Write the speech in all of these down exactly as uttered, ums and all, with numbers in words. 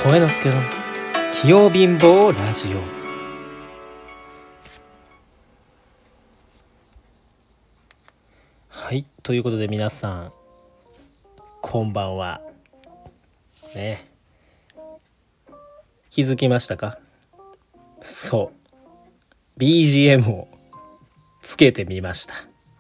声之助の器用貧乏ラジオ。はい、ということで皆さんこんばんはね。気づきましたか？そう ビージーエム をつけてみました。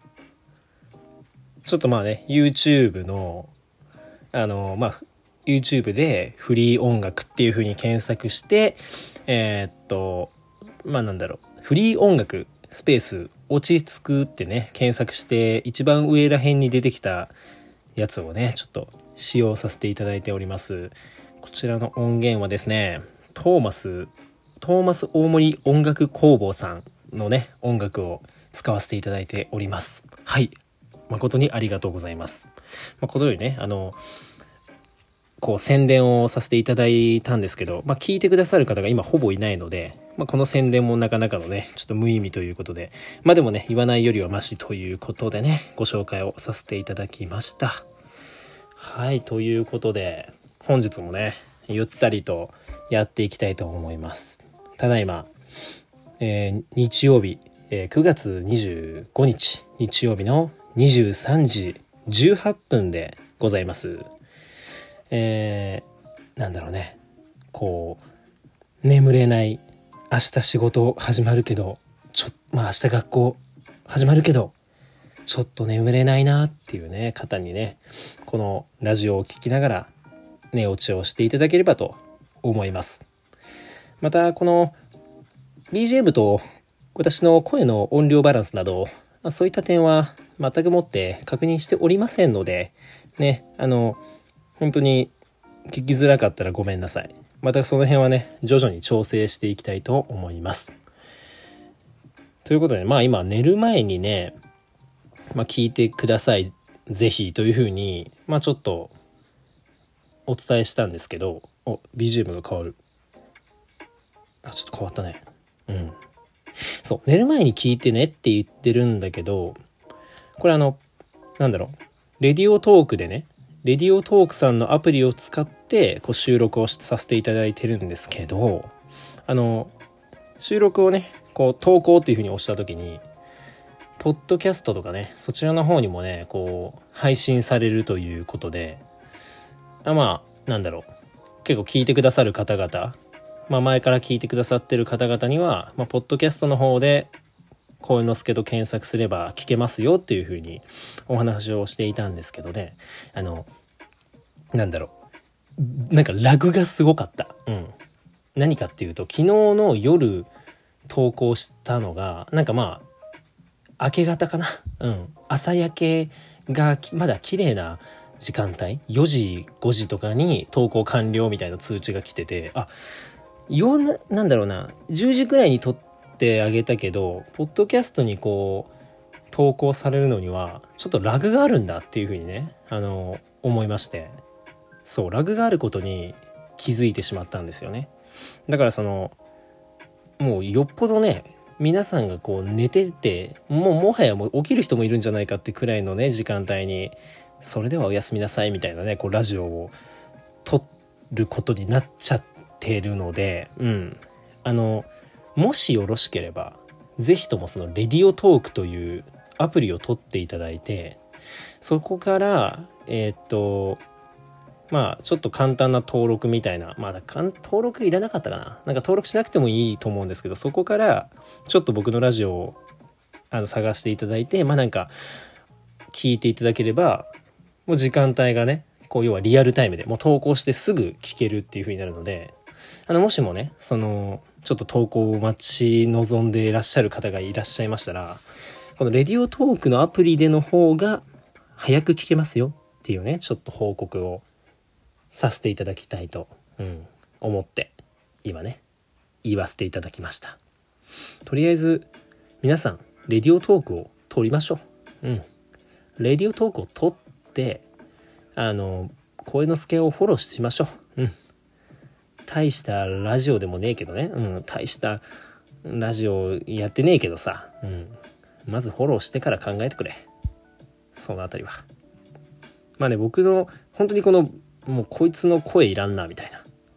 ちょっとまあね YouTube のあのまあ YouTube でフリー音楽っていう風に検索してえー、っとまあなんだろうフリー音楽スペース落ち着くってね検索して一番上ら辺に出てきたやつをねちょっと使用させていただいております。こちらの音源はですねトーマストーマス大森音楽工房さんのね音楽を使わせていただいております。はい、誠にありがとうございます。まあ、このようにねあのこう宣伝をさせていただいたんですけど、まあ、聞いてくださる方が今ほぼいないので、まあ、この宣伝もなかなかのねちょっと無意味ということで、まあでもね言わないよりはマシということでねご紹介をさせていただきました。はい、ということで本日もねゆったりとやっていきたいと思います。ただいま、えー、日曜日、えー、くがつにじゅうごにち日曜日のにじゅうさんじじゅうはっぷんでございます。えー、なんだろうねこう眠れない明日仕事始まるけどちょまあ明日学校始まるけどちょっと眠れないなっていうね方にねこのラジオを聞きながら寝落ちをしていただければと思います。またこの ビージーエム と私の声の音量バランスなどそういった点は全くもって確認しておりませんのでねあの本当に聞きづらかったらごめんなさい。またその辺はね徐々に調整していきたいと思います。ということでまあ今寝る前にね、まあ、聞いてくださいぜひというふうにまあちょっとお伝えしたんですけど、お ビージーエム が変わる。あちょっと変わったね。うんそう寝る前に聞いてねって言ってるんだけどこれあのなんだろうレディオトークでねレディオトークさんのアプリを使ってこう収録をさせていただいてるんですけどあの収録をねこう投稿っていう風に押した時にポッドキャストとかねそちらの方にもねこう配信されるということであまあなんだろう結構聞いてくださる方々まあ前から聞いてくださってる方々には、まあ、ポッドキャストの方で声之助と検索すれば聞けますよっていう風にお話をしていたんですけどねあのなんだろうなんかラグがすごかった、うん、何かっていうと昨日の夜投稿したのがなんかまあ明け方かな、うん、朝焼けがまだ綺麗な時間帯よじごじとかに投稿完了みたいな通知が来ててあよな、なんだろうなじゅうじくらいに撮ってあげたけどポッドキャストにこう投稿されるのにはちょっとラグがあるんだっていう風にねあの思いましてそうラグがあることに気づいてしまったんですよね。だからそのもうよっぽどね皆さんがこう寝ててもうもはやもう起きる人もいるんじゃないかってくらいのね時間帯にそれではおやすみなさいみたいなねこうラジオを撮ることになっちゃってるのでうんあのもしよろしければぜひともそのレディオトークというアプリを取っていただいてそこからえー、っとまあちょっと簡単な登録みたいなまあ登録いらなかったかななんか登録しなくてもいいと思うんですけどそこからちょっと僕のラジオをあの探していただいてまあなんか聞いていただければもう時間帯がねこう要はリアルタイムでもう投稿してすぐ聞けるっていう風になるのであのもしもねそのちょっと投稿を待ち望んでいらっしゃる方がいらっしゃいましたらこのレディオトークのアプリでの方が早く聞けますよっていうねちょっと報告をさせていただきたいと、うん、思って今ね言わせていただきました。とりあえず皆さんレディオトークを撮りましょう。うんレディオトークを撮ってあの声之助をフォローしましょう。うん大したラジオでもねえけどね、うん、大したラジオやってねえけどさ、うん、まずフォローしてから考えてくれそのあたりは。まあね僕の本当にこのもうこいつの声いらんなみたいな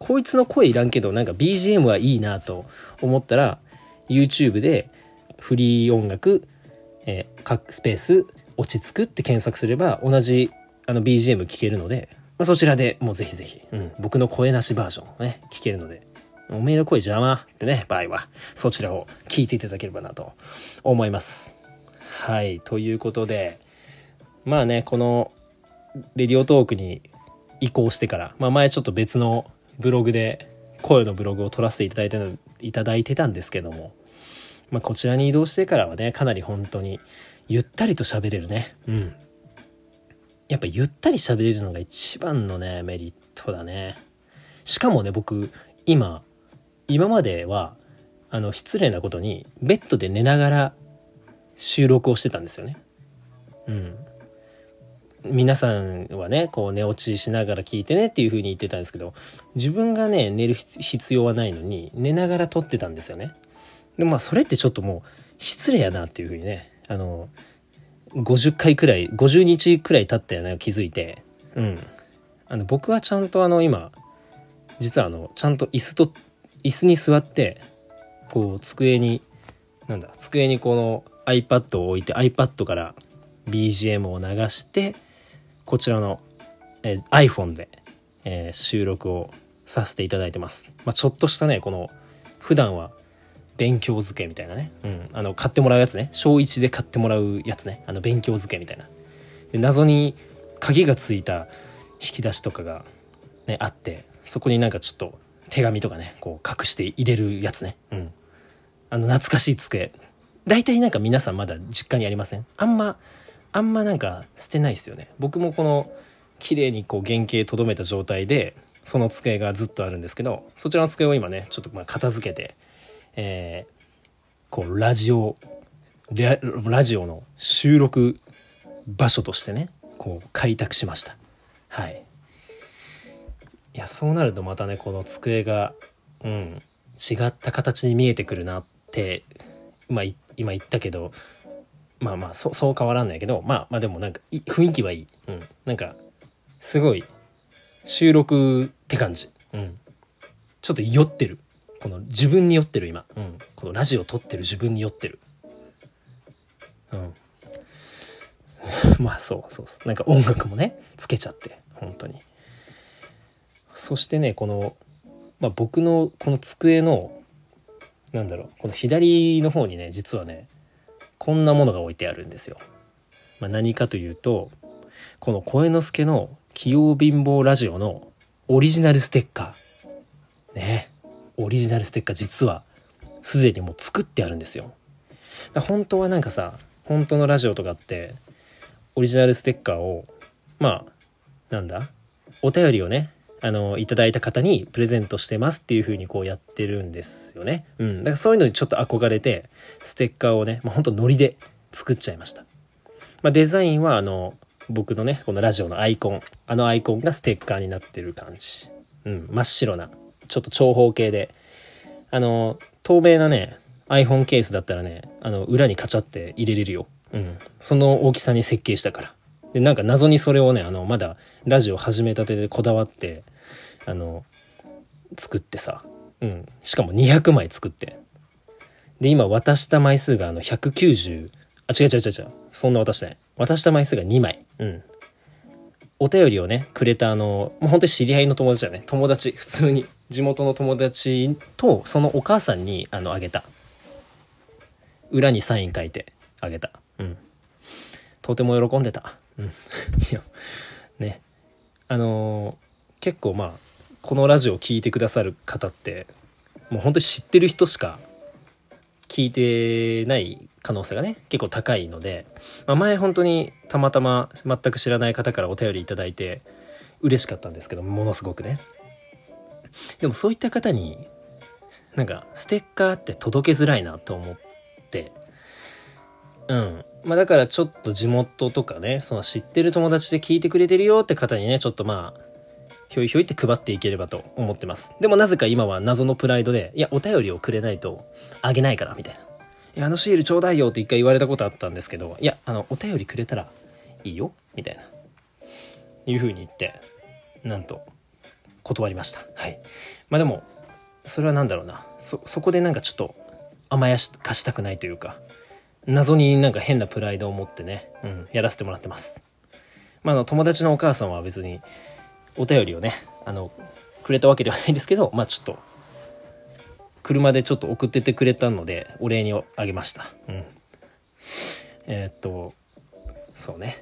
こいつの声いらんけどなんか ビージーエム はいいなと思ったら YouTube でフリー音楽、えー、各スペース落ち着くって検索すれば同じあの ビージーエム 聴けるので、まあ、そちらでもうぜひぜひ、うん、僕の声なしバージョンをね聴けるので、おめえの声邪魔ってね場合はそちらを聞いていただければなと思います。はい、ということでまあねこのレディオトークに移行してから、まあ、前ちょっと別のブログで声のブログを撮らせていただいていただいてたんですけども、まあ、こちらに移動してからはねかなり本当にゆったりと喋れるね。うんやっぱゆったり喋れるのが一番のねメリットだね。しかもね僕今今まではあの失礼なことにベッドで寝ながら収録をしてたんですよね。うん皆さんはねこう寝落ちしながら聞いてねっていう風に言ってたんですけど、自分がね寝る必要はないのに寝ながら撮ってたんですよね。でまあそれってちょっともう失礼やなっていう風にねあのごじゅっかいくらいごじゅうにちくらい経ったよね気づいて、うんあの僕はちゃんとあの今実はあのちゃんと椅子と椅子に座ってこう机になんだ机にこの iPad を置いて iPad から ビージーエム を流してこちらの、えー、iPhone で、えー、収録をさせていただいてます。まあ、ちょっとしたねこの普段は勉強机みたいなね、うん、あの買ってもらうやつね小いちで買ってもらうやつねあの勉強机みたいなで謎に鍵がついた引き出しとかが、ね、あってそこになんかちょっと手紙とかねこう隠して入れるやつね、うん、あの懐かしい机大体なんか皆さんまだ実家にありません？あんまあんまなんか捨てないですよね。僕もこの綺麗にこう原型とどめた状態でその机がずっとあるんですけど、そちらの机を今ねちょっとまあ片付けてえー、こうラジオラ、ラジオの収録場所としてねこう開拓しました。はい。いやそうなるとまたねこの机が、うん、違った形に見えてくるなって、まあ、今言ったけどまあまあ そ, そう変わらんないけどまあまあでもなんか雰囲気はいい、うん、なんかすごい収録って感じ、うん、ちょっと酔ってるこの自分に酔ってる今、うん、このラジオ撮ってる自分に酔ってる、うんまあそうそうそうなんか音楽もねつけちゃって本当に。そしてねこの、まあ、僕のこの机のなんだろうこの左の方にね実はねこんなものが置いてあるんですよ。まあ、何かというとこの声之助の器用貧乏ラジオのオリジナルステッカーねオリジナルステッカー実はすでにもう作ってあるんですよ。だ本当はなんかさ本当のラジオとかってオリジナルステッカーをまあなんだお便りをねあのいただいた方にプレゼントしてますっていう風にこうやってるんですよね。うん、だからそういうのにちょっと憧れてステッカーをね、まあ、ほんとノリで作っちゃいました。まあ、デザインはあの僕のねこのラジオのアイコンあのアイコンがステッカーになってる感じ、うん、真っ白なちょっと長方形であの透明なね iPhone ケースだったらねあの裏にカチャって入れれるよ、うん、その大きさに設計したから。でなんか謎にそれをねあのまだラジオ始めたてでこだわってあの作ってさ、うん、しかもにひゃくまい作ってで今渡した枚数があのひゃくきゅうじゅうあ違う違う違う違うそんな渡してない渡した枚数がにまい、うん、お便りをねくれたあのもう本当に知り合いの友達だよね友達普通に地元の友達とそのお母さんにあのあげた裏にサイン書いてあげた、うん、とても喜んでた、うん、いやねあのー、結構まあこのラジオを聞いてくださる方ってもう本当に知ってる人しか聞いてない可能性がね結構高いので、まあ、前本当にたまたま全く知らない方からお便りいただいて嬉しかったんですけどものすごくね。でもそういった方になんかステッカーって届けづらいなと思ってうんまあだからちょっと地元とかねその知ってる友達で聞いてくれてるよって方にねちょっとまあひょいひょいって配っていければと思ってます。でもなぜか今は謎のプライドでいやお便りをくれないとあげないからみたいな、いやあのシールちょうだいよって一回言われたことあったんですけど、いやあのお便りくれたらいいよみたいないう風に言ってなんと断りました。はい。まあでも、それはなんだろうな。そ、そこでなんかちょっと甘やかしたくないというか、謎になんか変なプライドを持ってね、うん、やらせてもらってます。まあ、あの、友達のお母さんは別にお便りをね、あの、くれたわけではないんですけど、まあちょっと、車でちょっと送っててくれたので、お礼にあげました。うん。えー、っと、そうね。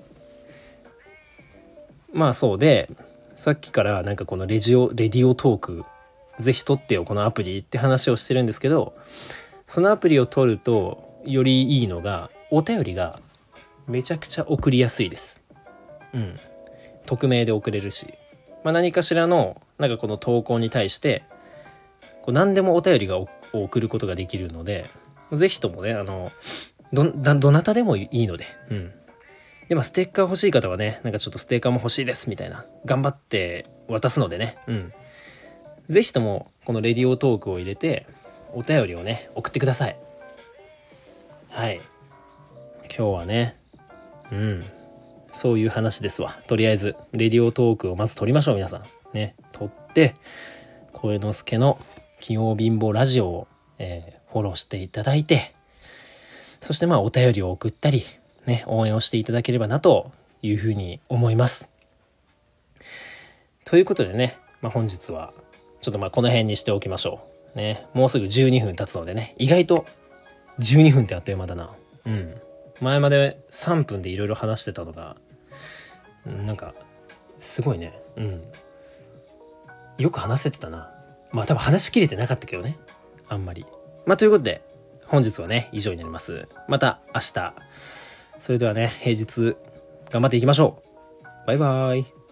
まあそうで、さっきからなんかこのレジオ、レディオトーク、ぜひ撮ってよ、このアプリって話をしてるんですけど、そのアプリを取るとよりいいのが、お便りがめちゃくちゃ送りやすいです。うん。匿名で送れるし、まあ、何かしらのなんかこの投稿に対してこう何でもお便りが送ることができるので、ぜひともね、あのどどなたでもいいので、うん。で、まあステッカー欲しい方はね、なんかちょっとステッカーも欲しいですみたいな、頑張って渡すのでね、うん。ぜひともこのレディオトークを入れてお便りをね送ってください。はい。今日はね、うん、そういう話ですわ。とりあえずレディオトークをまず撮りましょう、皆さんね。撮って声之助の器用貧乏ラジオを、えー、フォローしていただいて、そしてまあお便りを送ったりね、応援をしていただければなというふうに思います。ということでね、まあ、本日はちょっとまあこの辺にしておきましょうね。もうすぐじゅうにふん経つのでね、意外とじゅうにふんってあっという間だな。うん。前までさんぷんでいろいろ話してたのが、なんかすごいね。うん。よく話せてたな。まあ多分話しきれてなかったけどね、あんまり。まあということで本日はね以上になります。また明日。それではね、平日頑張っていきましょう。バイバーイ。